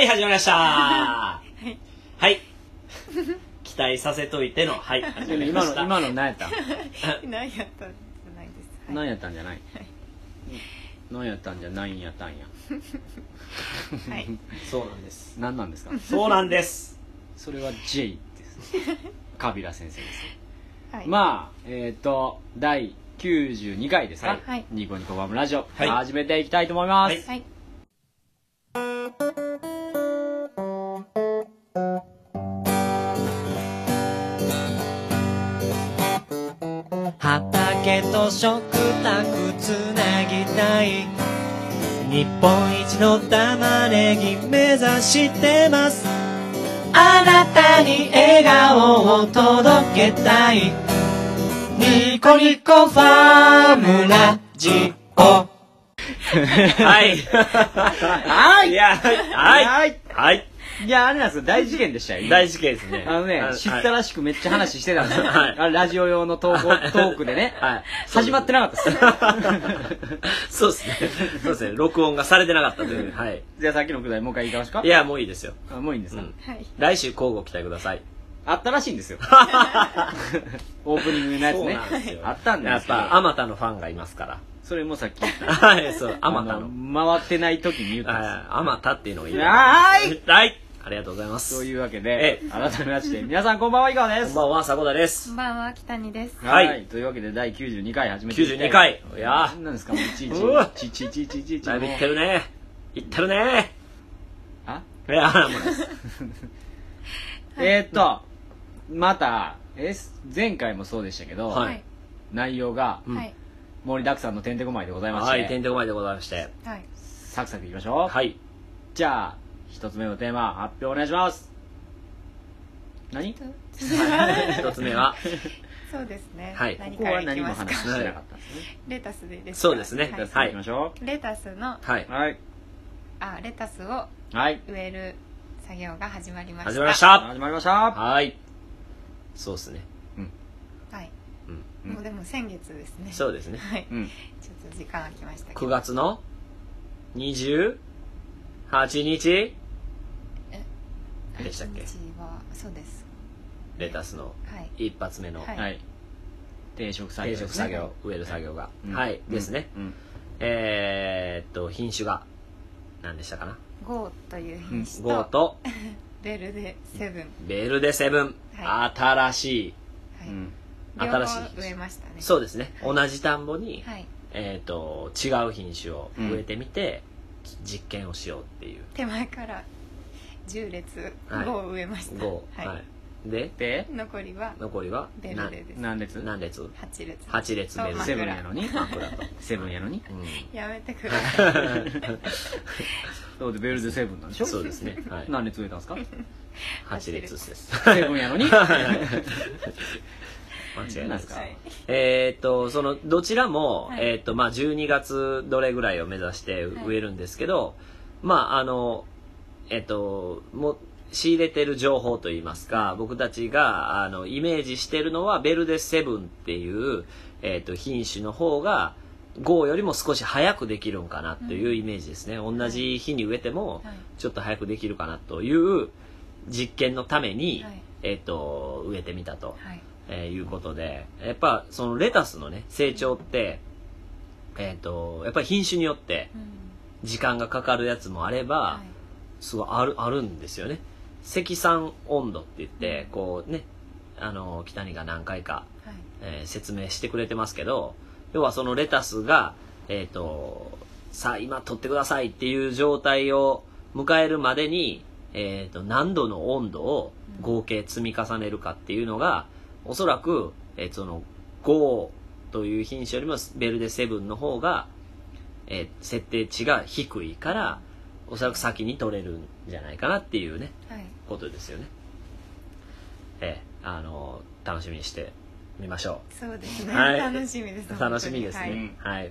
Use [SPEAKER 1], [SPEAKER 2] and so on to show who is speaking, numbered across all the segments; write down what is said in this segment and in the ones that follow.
[SPEAKER 1] はい、始まりました。
[SPEAKER 2] はい。
[SPEAKER 1] はい。期待させといての、はい、始まりました。
[SPEAKER 3] 今の何やったん？
[SPEAKER 2] 何やったんじゃないです。
[SPEAKER 3] 何やったんじゃない？何やったんじゃないんやったんや。
[SPEAKER 2] はい。
[SPEAKER 1] そうなんです。
[SPEAKER 3] 何なんですか？
[SPEAKER 1] そうなんです。
[SPEAKER 3] それは J です。カビラ先生です。
[SPEAKER 2] はい。
[SPEAKER 3] まあ第92回ですか？
[SPEAKER 2] はい。
[SPEAKER 3] ニコニコバムラジオ、
[SPEAKER 1] はい、
[SPEAKER 3] 始めていきたいと思います。
[SPEAKER 2] はい。
[SPEAKER 1] 畑と食卓つなぎたい、日本一の玉ねぎ目指してます。あなたに笑顔を届けたい、ニコニコファームラジオ。はい。はい。いや、はい。はい。はい。
[SPEAKER 3] いや、あれなんですよ、大事件でしたよ。
[SPEAKER 1] 大事件ですね。
[SPEAKER 3] 知ったらしくめっちゃ話してたんですよ。
[SPEAKER 1] はい。
[SPEAKER 3] ラジオ用のトークでね。はい。始まってなかったです。
[SPEAKER 1] そうですね。そうですね。録音がされてなかったという。はい。
[SPEAKER 3] じゃあさっきのくだりもう一回言いますか？
[SPEAKER 1] いや、もういいですよ。
[SPEAKER 3] もういいんですか？
[SPEAKER 2] はい。
[SPEAKER 1] 来週交互期待ください。
[SPEAKER 3] あったらしいんですよ。オープニングのやつね。あったんですよ。
[SPEAKER 1] やっぱ、あまたのファンがいますから。
[SPEAKER 3] それもさっき言った。
[SPEAKER 1] はい、そう、あまたの。
[SPEAKER 3] 回ってない時に言ったんですよ。
[SPEAKER 1] あまたっていうのがいい。
[SPEAKER 3] はい。
[SPEAKER 1] はい。ありがとうございます。
[SPEAKER 3] というわけで、改めまして、皆さんこんばんは、いかがです。
[SPEAKER 1] こんばんは、迫田です。
[SPEAKER 2] こんばんは、北谷です。
[SPEAKER 3] はい。というわけで、第92回始めていきたい。
[SPEAKER 1] 92回。いや
[SPEAKER 3] ー。なんですか、もういちいち。
[SPEAKER 1] だいぶいってるね。いってるね。
[SPEAKER 3] あ？
[SPEAKER 1] いや、もう
[SPEAKER 3] です。また、前回もそうでしたけど、内容が、盛りだくさんのてんてこまいでございまして。
[SPEAKER 1] はい、てんてこまいでございまして。
[SPEAKER 2] はい。
[SPEAKER 3] サクサクいきましょう。
[SPEAKER 1] はい。
[SPEAKER 3] じゃあ、一つ目のテーマ、発表お願いします。何？
[SPEAKER 1] 一つ目は、
[SPEAKER 2] そうですね。
[SPEAKER 1] はい。
[SPEAKER 3] ここは何も話してなかったんですね。
[SPEAKER 2] レタスでです。
[SPEAKER 1] そうですね。
[SPEAKER 3] はい。行きましょ
[SPEAKER 2] う。レタスの、
[SPEAKER 1] はい。
[SPEAKER 2] レタスを植える作業が始まりました。
[SPEAKER 3] 始まりました。
[SPEAKER 1] はい。そうですね。
[SPEAKER 2] はい。もうでも先月ですね。
[SPEAKER 1] そうですね。
[SPEAKER 2] はい。ちょっと時間空きましたけど。
[SPEAKER 1] 9月の28日でしたっけ？
[SPEAKER 2] そうです。
[SPEAKER 1] レタスの一発目の
[SPEAKER 3] 定食作業、
[SPEAKER 1] 植える作業がはいですね。品種が何でしたかな？
[SPEAKER 2] ゴーという品種
[SPEAKER 1] ゴーと
[SPEAKER 2] ベルデセブン。
[SPEAKER 1] ベルデセブン、新しい
[SPEAKER 2] 新しい植えましたね。
[SPEAKER 1] そうですね。同じ田んぼに違う品種を植えてみて実験をしようっていう。
[SPEAKER 2] 手前から10列5を植えました。
[SPEAKER 1] 5。で
[SPEAKER 2] 残りはベルデです。
[SPEAKER 3] 何列
[SPEAKER 2] ？8列。
[SPEAKER 3] ベルデセブンやのにセブンやのに
[SPEAKER 2] やめてください。
[SPEAKER 3] そうでベルデセブンなんでしょ？
[SPEAKER 1] そうですね。
[SPEAKER 3] 何列植えたんですか
[SPEAKER 1] ？8列です。
[SPEAKER 3] セブンやのに
[SPEAKER 1] 間違いないですか？そのどちらも12月どれぐらいを目指して植えるんですけど、もう仕入れてる情報といいますか、僕たちがイメージしてるのはベルデセブンっていう品種の方がゴーよりも少し早くできるんかなというイメージですね。同じ日に植えてもちょっと早くできるかなという実験のために植えてみたということで、やっぱそのレタスのね成長ってやっぱり品種によって時間がかかるやつもあればすごいあるんですよね。積算温度って言ってこうね北谷が何回か説明してくれてますけど、要はそのレタスがさあ今取ってくださいっていう状態を迎えるまでに何度の温度を合計積み重ねるかっていうのがおそらくその5という品種よりもベルデセブンの方が設定値が低いからおそらく先に取れるんじゃないかなっていうね、ことですよね。楽しみにしてみましょ
[SPEAKER 2] う。そうですね。楽しみです。
[SPEAKER 1] 楽しみですね。はい。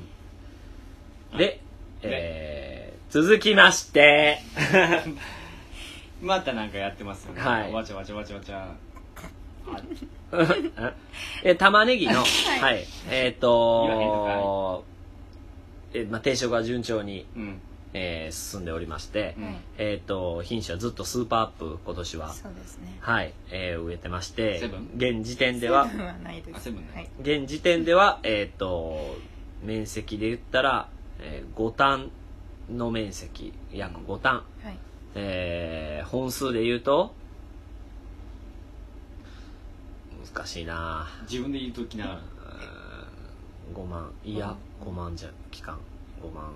[SPEAKER 1] で、続きまして
[SPEAKER 3] またなんかやってますよね。わちゃわちゃ。
[SPEAKER 1] 玉ねぎの定食が順調に進んでおりまして、品種はずっとスーパーアップ今年は
[SPEAKER 2] そうですね、
[SPEAKER 1] はい、植えてまして、
[SPEAKER 3] セブン
[SPEAKER 1] 現時点では
[SPEAKER 2] ないです。
[SPEAKER 3] セブンね、
[SPEAKER 2] はい、
[SPEAKER 1] 現時点では面積で言ったら、5単の面積約5単、はい、本数で言うと難しいな、
[SPEAKER 3] 自分で言うときながら
[SPEAKER 1] 5万いや5万じゃ期間5万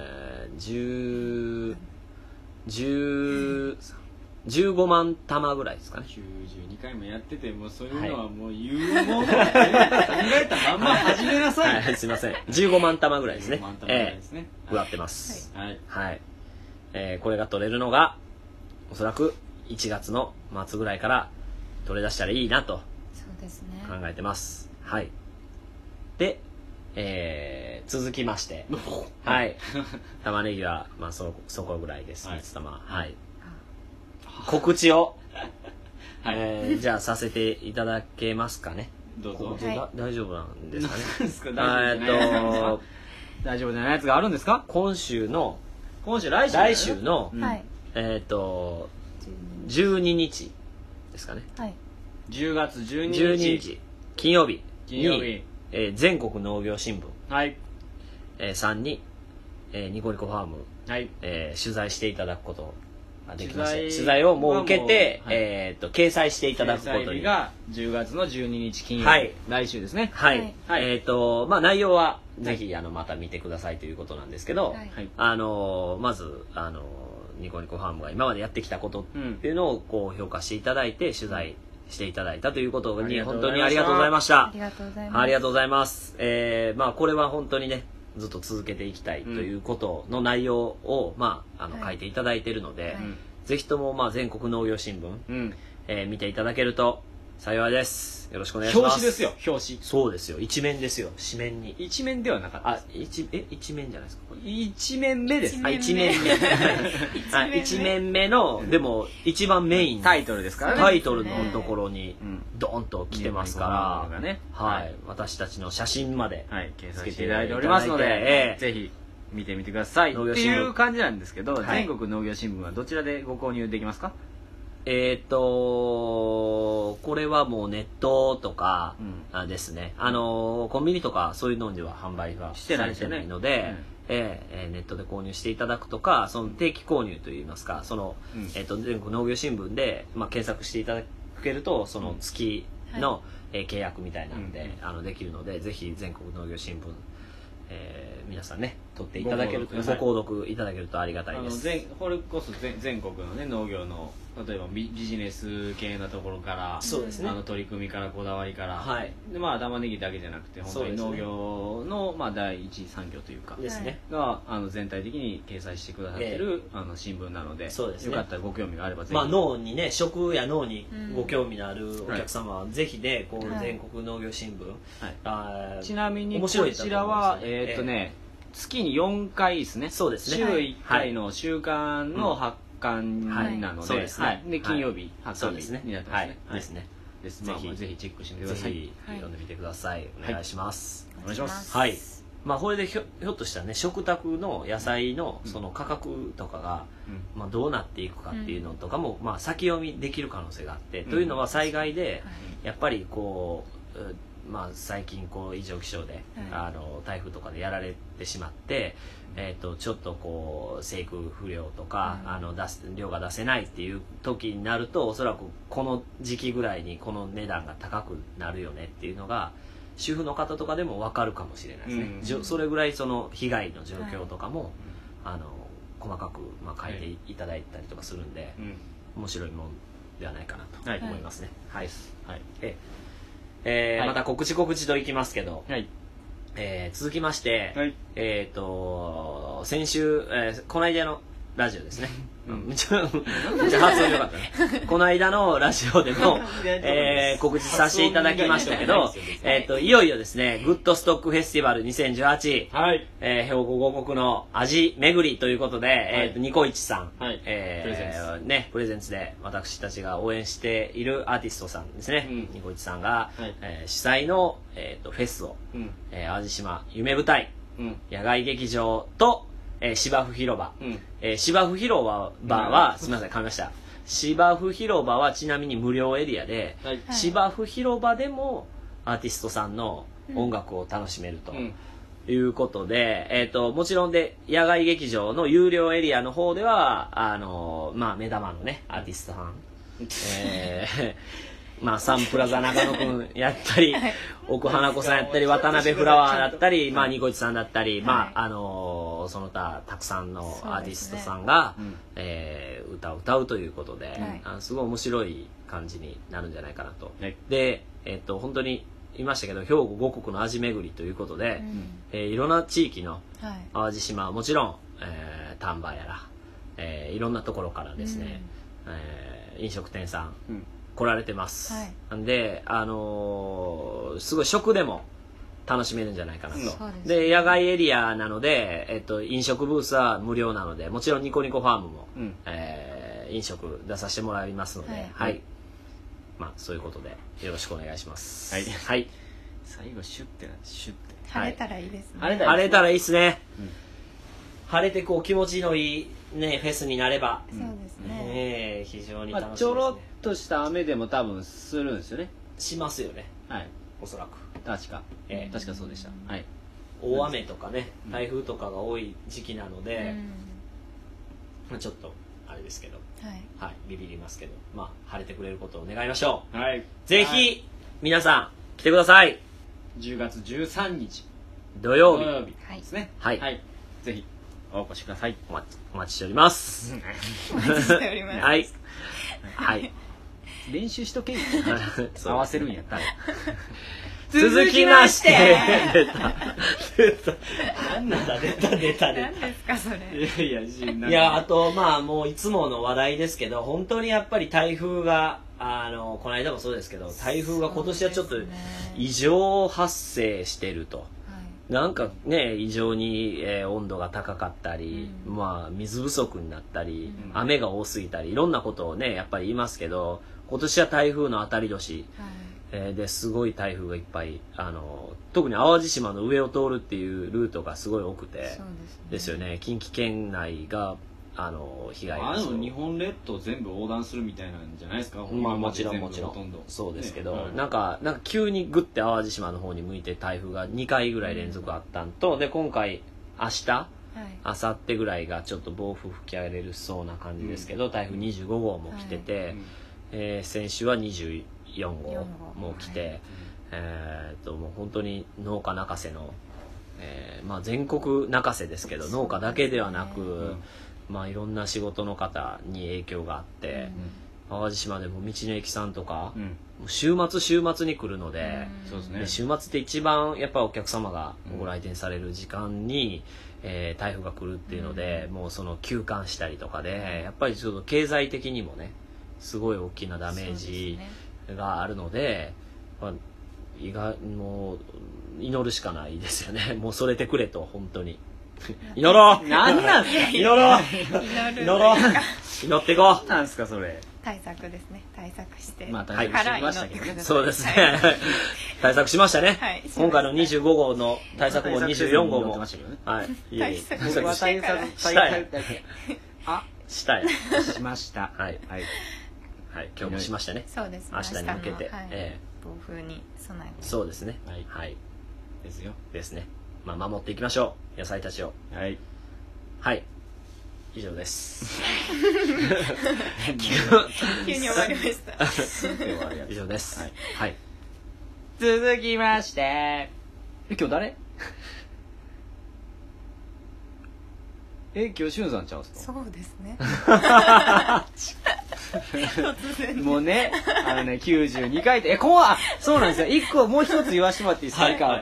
[SPEAKER 1] 15万玉ぐらいですかね。
[SPEAKER 3] 92回もやってて、もうそういうのはもう言うもん、考えたまんま始めなさい、
[SPEAKER 1] はい、すいません、15万玉ぐらいですね。
[SPEAKER 3] 15万玉ぐらいですね、
[SPEAKER 1] 植わってます。
[SPEAKER 3] はい、
[SPEAKER 1] はい、これが取れるのがおそらく1月の末ぐらいから取れ出したらいいなと
[SPEAKER 2] そうですね、
[SPEAKER 1] 考えてます。はい。で、続きましてはい、玉ねぎはまあそこぐらいです。蜜玉、はい、告知を、じゃあさせていただけますかね。
[SPEAKER 3] どうぞ。
[SPEAKER 1] 大丈夫なんですかね。
[SPEAKER 3] 大丈夫じゃないやつがあるんですか。
[SPEAKER 1] 来週の
[SPEAKER 3] 来週
[SPEAKER 1] の、12日ですかね。
[SPEAKER 3] 10月12日
[SPEAKER 1] 金曜日に全国農業新聞さんにニコニコファーム取材していただくことができまして、取材をもう受けて掲載していただくことに。
[SPEAKER 3] が10月の12日金曜日、来週ですね。
[SPEAKER 1] はい、まあ内容はぜひまた見てくださいということなんですけど、まずニコニコファームが今までやってきたことっていうのをこう評価していただいて取材していただいたということに本当にありがとうございました。
[SPEAKER 2] ありがとうございます。
[SPEAKER 1] ありがとうございます。まあこれは本当にねずっと続けていきたいということの内容を書いていただいているので、ぜひとも全国農業新聞見ていただけると幸いです。よろしくお願いします。
[SPEAKER 3] 表紙ですよ、表紙。
[SPEAKER 1] そうですよ、一面ですよ、紙面に。
[SPEAKER 3] 一面ではなかった。
[SPEAKER 1] 一面じゃないですか。
[SPEAKER 3] 一面目です。
[SPEAKER 1] 一面目。一面目のでも一番メイン
[SPEAKER 3] タイトルですからね。
[SPEAKER 1] タイトルのところにドーンと来てますから、はい、私たちの写真まで
[SPEAKER 3] 掲載していただいておりますので、ぜひ見てみてください。っていう感じなんですけど、全国農業新聞はどちらでご購入できますか？
[SPEAKER 1] これはもうネットとかですね、コンビニとかそういうのでは販売はされてないので、ネットで購入していただくとか、その定期購入といいますか、その全国農業新聞で検索していただけるとその月の契約みたいなのでできるので、ぜひ全国農業新聞皆さんね取っていただけると、ご購読いただけるとありがたいです。
[SPEAKER 3] これこそ全国のね農業の例えばビジネス系なところから、
[SPEAKER 1] そうですね、
[SPEAKER 3] 取り組みからこだわりから、で玉ねぎだけじゃなくて本当に農業の第一産業というか
[SPEAKER 1] ですね
[SPEAKER 3] が全体的に掲載してくださってる新聞なので、よかったらご興味があればぜひ。
[SPEAKER 1] 農にね、食や農にご興味のあるお客様はぜひね、こう全国農業新聞、
[SPEAKER 3] ちなみにこちらは月に4回ですね。
[SPEAKER 1] そうですね。
[SPEAKER 3] 週1回の週刊の発刊なので、で金曜日発刊日になってますね。ですね。ぜひチェックしてみてください。
[SPEAKER 1] ぜひ読んでみてください。お願いします。
[SPEAKER 3] お願いします。
[SPEAKER 1] はい。これでひょっとしたらね、食卓の野菜のその価格とかがどうなっていくかっていうのとかも先読みできる可能性があって、というのは災害でやっぱりこう最近異常気象で台風とかでやられてしまって、ちょっと生育不良とか量が出せないっていう時になると、おそらくこの時期ぐらいにこの値段が高くなるよねっていうのが主婦の方とかでも分かるかもしれないですね。それぐらいその被害の状況とかも細かく書いていただいたりとかするんで、面白いもんではないかなと思いますね。はい。また告知といきますけど、続きまして、先週、この間のラジオですね。めっちゃ発音良かったね。この間のラジオでも、告知させていただきましたけど、いよいよですね、グッドストックフェスティバル2018、兵庫五穀の味巡りということで、ニコイチさん、プレゼンツで私たちが応援しているアーティストさんですね、ニコイチさんが、主催の、フェスを、淡路島夢舞台、野外劇場と、 芝生広場、芝生広場は、すみません、噛みました。芝生広場はちなみに無料エリアで、芝生広場でもアーティストさんの音楽を楽しめるということで、もちろんで野外劇場の有料エリアの方では目玉のねアーティストさん、サンプラザ中野くんやったり、奥花子さんやったり、渡辺フラワーだったり、ニコイチさんだったり、その他たくさんのアーティストさんが、歌を歌うということで、すごい面白い感じになるんじゃないかなと。で、本当に言いましたけど、兵庫五国の味巡りということで、いろんな地域の淡路島はもちろん、丹波やら、いろんなところからですね、飲食店さん、来られてます。なんで、すごい食でも楽しめるんじゃないかなと。で、野外エリアなので、飲食ブースは無料なので、もちろんニコニコファームも、飲食出させてもらいますので、そういうことでよろしくお願いします。はい。
[SPEAKER 3] 最後シュッてなってシュッて。
[SPEAKER 2] 晴れたらいいですね。
[SPEAKER 1] 晴れたらいいですね。晴れてこう気持ちのいいねフェスになれば。
[SPEAKER 2] そうですね。
[SPEAKER 1] 非常に楽しみですね。
[SPEAKER 3] ちょろっとした雨でも多分するんですよね。
[SPEAKER 1] しますよね。
[SPEAKER 3] はい。
[SPEAKER 1] おそらく。
[SPEAKER 3] 確かそうでした。はい。
[SPEAKER 1] 大雨とかね、台風とかが多い時期なので、ちょっとあれですけど、ビビりますけど、晴れてくれることを願いましょう。はい。ぜひ皆さん来てください。
[SPEAKER 3] 10月13日
[SPEAKER 1] 土曜日
[SPEAKER 3] ですね。
[SPEAKER 1] はい。
[SPEAKER 3] ぜひお越しください。
[SPEAKER 1] お待ちしております。
[SPEAKER 2] お待ちしております。
[SPEAKER 1] はい。
[SPEAKER 3] 練習しとけよ。合わせるんやったら。
[SPEAKER 1] 続きまして出た何です
[SPEAKER 2] かそれ。
[SPEAKER 1] いやあともういつもの話題ですけど、本当にやっぱり台風がこの間もそうですけど、台風が今年はちょっと異常発生してると。なんかね、異常に、温度が高かったり、水不足になったり、雨が多すぎたり、いろんなことをねやっぱり言いますけど、今年は台風の当たり年、ですごい台風がいっぱい、特に淡路島の上を通るっていうルートがすごい多くてですよね。近畿圏内が被害が
[SPEAKER 3] 日本列島全部横断するみたいなんじゃないですか。
[SPEAKER 1] もちろんそうですけど、なんか急にグッて淡路島の方に向いて台風が2回ぐらい連続あったんと、で今回明日明後日ぐらいがちょっと暴風吹き荒れるそうな感じですけど、台風25号も来てて、先週は24号も来て、もう本当に農家泣かせの、全国泣かせですけど、農家だけではなく、いろんな仕事の方に影響があって、淡路島でも道の駅さんとか、週末に来るので、週末って一番やっぱお客様がご来店される時間に、台風が来るっていうので、もうその休館したりとかで、やっぱりちょっと経済的にもねすごい大きなダメージがあるので、もう祈るしかないですよね。もうそれてくれと、本当に祈ろう。
[SPEAKER 3] なんなん
[SPEAKER 1] 祈ろう祈っていこう。
[SPEAKER 3] なんですかそれ。
[SPEAKER 2] 対策ですね。対策して
[SPEAKER 3] 対策しましたけどね。
[SPEAKER 1] そうですね。対策しましたね。今回の25号の対策も24号も
[SPEAKER 2] 対策
[SPEAKER 1] したい
[SPEAKER 3] しました。
[SPEAKER 1] 今日もしましたね。
[SPEAKER 2] そうです。
[SPEAKER 1] 明日に向けて
[SPEAKER 2] 暴風に備えて。
[SPEAKER 1] そうですね。ですね。守っていきましょう、野菜たちを。以上です。
[SPEAKER 2] 急に終わりました。
[SPEAKER 1] 以上です。
[SPEAKER 3] 続きまして、今日誰？今日しゅんさんちゃうんすか？
[SPEAKER 2] そうですね。
[SPEAKER 3] もうね、92回で、そうなんですよ。もう一つ言わせてもらっていいですか？から。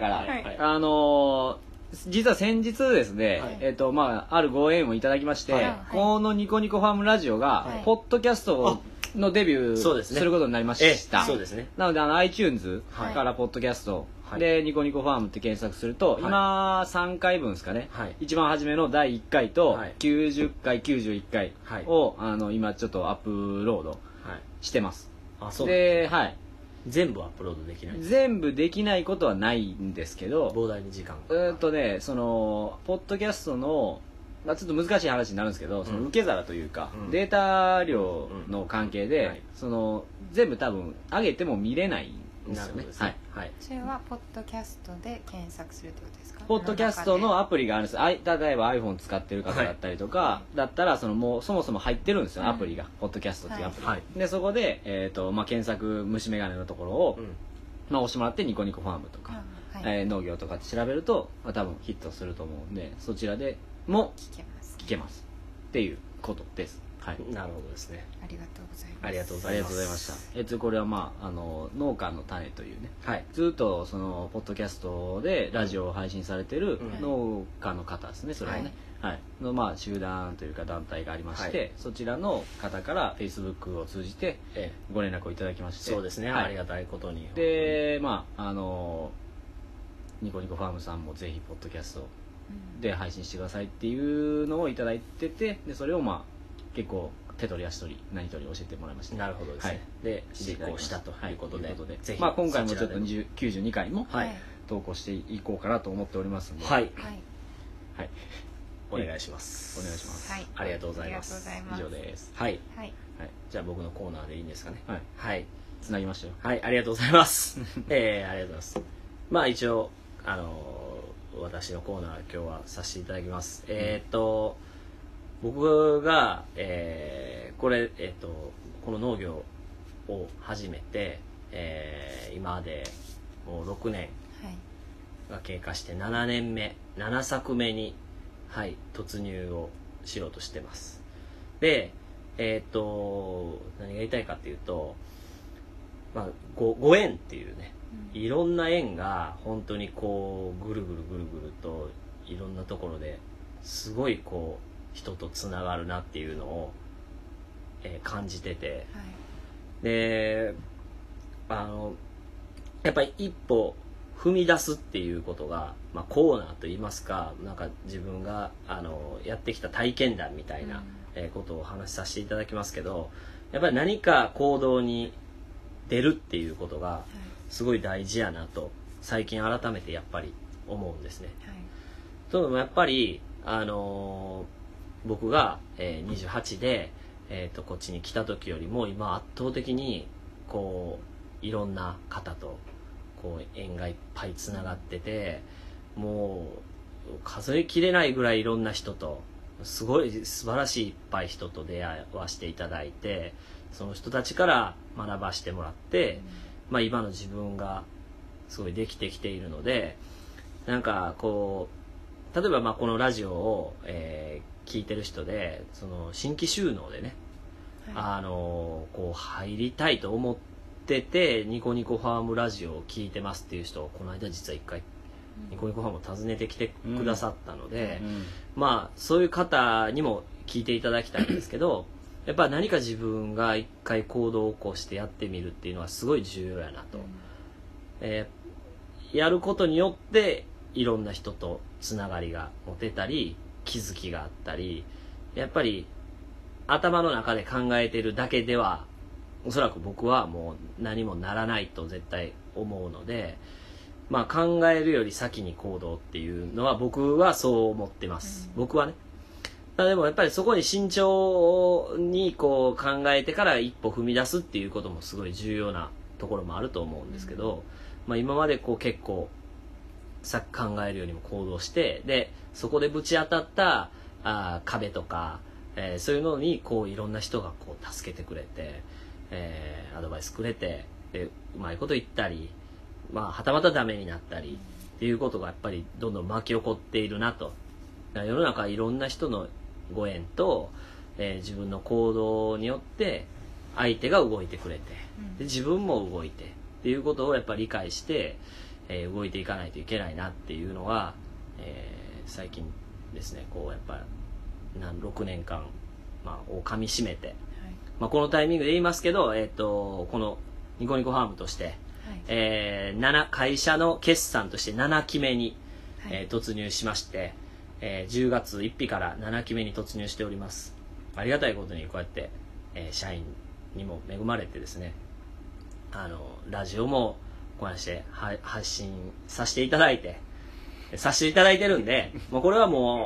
[SPEAKER 3] 実は先日ですね、あるご縁をいただきまして、このニコニコファームラジオが、ポッドキャストのデビューすることになりました。なので、iTunes からポッドキャストで、ニコニコファームって検索すると、今3回分ですかね、一番初めの第1回と90回、91回を、今ちょっとアップロードしてます。で、
[SPEAKER 1] 全部アップロードできない？
[SPEAKER 3] 全部できないことはないんですけど、
[SPEAKER 1] 膨大に時間
[SPEAKER 3] そのポッドキャストのちょっと難しい話になるんですけど、その受け皿というか、データ量の関係で、その全部多分上げても見れないんですよね。
[SPEAKER 2] はい。それはポッドキャストで検索するってことですか？
[SPEAKER 3] ポッドキャストのアプリがあるんです。例えば iPhone 使ってる方だったりとかだったら、もうそもそも入ってるんですよ、アプリが、ポッドキャストっていうアプリで、そこで検索虫眼鏡のところを押してもらって、ニコニコファームとか農業とかって調べると多分ヒットすると思うんで、そちらでも聞けますっていうことです。はい、
[SPEAKER 1] なるほどですね。
[SPEAKER 2] ありがとうございます。
[SPEAKER 1] ありがとうございま
[SPEAKER 3] した。これは農家の種というね、ずっとそのポッドキャストでラジオを配信されてる農家の方ですね、それはね、の集団というか団体がありまして、そちらの方からフェイスブックを通じてご連絡をいただきまして、
[SPEAKER 1] そうですね、ありがたいことに。
[SPEAKER 3] でニコニコファームさんもぜひポッドキャストで配信してくださいっていうのをいただいてて、でそれを結構手取り足取り何取り教えてもらいました。
[SPEAKER 1] なるほどですね。で実行したということで、
[SPEAKER 3] ぜひ今回もちょっと92回も投稿していこうかなと思っておりますので、はい
[SPEAKER 1] お願いします。
[SPEAKER 3] お願いします。
[SPEAKER 1] ありがとうございます。
[SPEAKER 3] 以上です。
[SPEAKER 1] はい。じゃあ僕のコーナーでいいんですかね。はい。
[SPEAKER 3] つなぎましたよ。
[SPEAKER 1] はい、ありがとうございます。ありがとうございます。一応私のコーナー今日はさせていただきます。僕がこの農業を始めて今までもう6年が経過して7年目7作目に突入をしようとしてます。で何が言いたいかっていうと、ご縁っていうね、いろんな縁が本当にこうぐるぐるといろんなところですごいこう人とつながるなっていうのを、感じてて、でやっぱり一歩踏み出すっていうことが、コーナーといいますか、なんか自分がやってきた体験談みたいな、ことをお話しさせていただきますけど、やっぱり何か行動に出るっていうことがすごい大事やなと最近改めてやっぱり思うんですね。というのもやっぱり僕が28でこっちに来た時よりも今圧倒的にこういろんな方とこう縁がいっぱいつながってて、もう数えきれないぐらいいろんな人とすごい素晴らしいいっぱい人と出会わせていただいて、その人たちから学ばせてもらって、今の自分がすごいできてきているので、なんかこう例えばこのラジオを、聞いてる人でその新規収納でね、こう入りたいと思っててニコニコファームラジオを聞いてますっていう人をこの間実は一回ニコニコファームを訪ねてきてくださったので、そういう方にも聞いていただきたいんですけど、やっぱ何か自分が一回行動を起こしてやってみるっていうのはすごい重要やなと、やることによっていろんな人とつながりが持てたり気づきがあったり、やっぱり頭の中で考えてるだけではおそらく僕はもう何もならないと絶対思うので、考えるより先に行動っていうのは僕はそう思ってます、僕はね。でもやっぱりそこに慎重にこう考えてから一歩踏み出すっていうこともすごい重要なところもあると思うんですけど、今までこう結構考えるよりも行動して、でそこでぶち当たった壁とか、そういうのにこういろんな人がこう助けてくれて、アドバイスくれて、でうまいこと言ったり、はたまたダメになったりっていうことがやっぱりどんどん巻き起こっているなと。世の中いろんな人のご縁と、自分の行動によって相手が動いてくれて、で自分も動いてっていうことをやっぱり理解して、動いていかないといけないなっていうのは、最近ですね、こうやっぱ6年間、をかみしめて、このタイミングで言いますけど、このニコニコファームとして、会社の決算として7期目に、突入しまして、10月1日から7期目に突入しております。ありがたいことにこうやって、社員にも恵まれてですね、ラジオもこうやって発信させていただいてるんで、もうこれはもう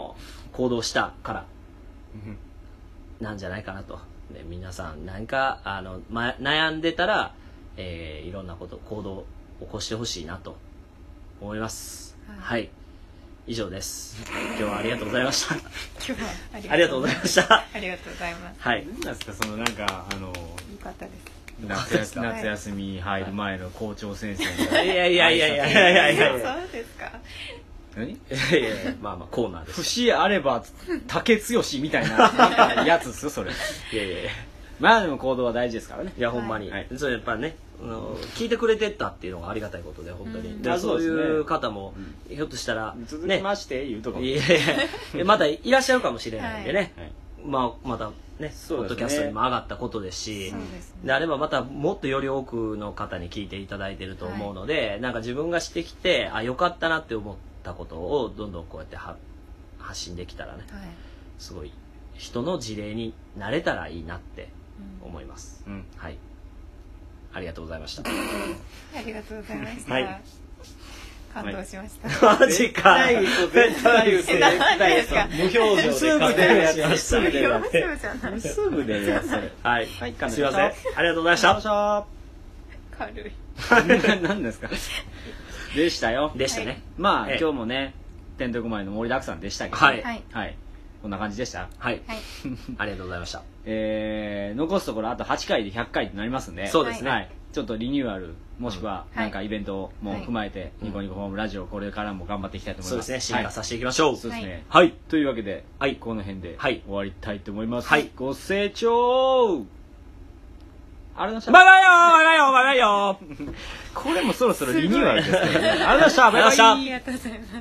[SPEAKER 1] 行動したからなんじゃないかなと。で皆さん何か悩んでたら、いろんなこと行動を起こしてほしいなと思います。はい、以上です。今日はありがとうございました。今
[SPEAKER 2] 日は
[SPEAKER 1] ありがとうございました。
[SPEAKER 2] ありがとうございます。
[SPEAKER 1] はい。
[SPEAKER 3] 何ですかそのなんか
[SPEAKER 2] よかったです。
[SPEAKER 3] 夏休み入る前の校長先生
[SPEAKER 1] のいや
[SPEAKER 2] そうですか。
[SPEAKER 3] 何？
[SPEAKER 1] いやまあコーナーです。
[SPEAKER 3] 節あれば竹剛みたいななんかやつですよそれ。
[SPEAKER 1] いや
[SPEAKER 3] まあでも行動は大事ですからね。
[SPEAKER 1] いやほんまに。そうやっぱね。聞いてくれてたっていうのがありがたいことで本当に、そういう方もひょっとしたら
[SPEAKER 3] 続きまして言うとこ
[SPEAKER 1] またいらっしゃるかもしれないんでね、またねポッドキャストにも上がったことですし、であればまたもっとより多くの方に聞いていただいてると思うので、なんか自分がしてきてよかったなって思ったことをどんどんこうやって発信できたらね、すごい人の事例になれたらいいなって思います。はい、ありがとうございました。
[SPEAKER 2] ありがとうございました。感動しました。
[SPEAKER 1] マジか。
[SPEAKER 3] 絶対嘘。
[SPEAKER 1] 無表情で。
[SPEAKER 3] すぐ出るやつ。
[SPEAKER 1] すぐ出るや
[SPEAKER 3] つ。すぐ出るやつ。
[SPEAKER 1] はい。すいません。ありがとうございました。
[SPEAKER 2] 軽い。
[SPEAKER 3] 何ですか。でしたよ。
[SPEAKER 1] でしたね。
[SPEAKER 3] まあ今日もね、てんてこまいの盛りだくさんでしたけど。
[SPEAKER 1] はい。
[SPEAKER 3] こんな感じでした。
[SPEAKER 1] はい。ありがとうございました。
[SPEAKER 3] 残すところあと8回で100回となりますんで。
[SPEAKER 1] そうですね。
[SPEAKER 3] ちょっとリニューアルもしくはなんかイベントも踏まえてニコニコホームラジオこれからも頑張っていきたいと思います。
[SPEAKER 1] そうですね。進化させていきましょう。
[SPEAKER 3] そうですね。
[SPEAKER 1] はい。
[SPEAKER 3] というわけでこの辺で終わりたいと思います。
[SPEAKER 1] はい。
[SPEAKER 3] ご清聴あれのしゃ
[SPEAKER 1] バイバイよバイバイよ
[SPEAKER 3] これもそろそろリニューアルですね。あれのしゃバイバイ。
[SPEAKER 2] ありがとうございます。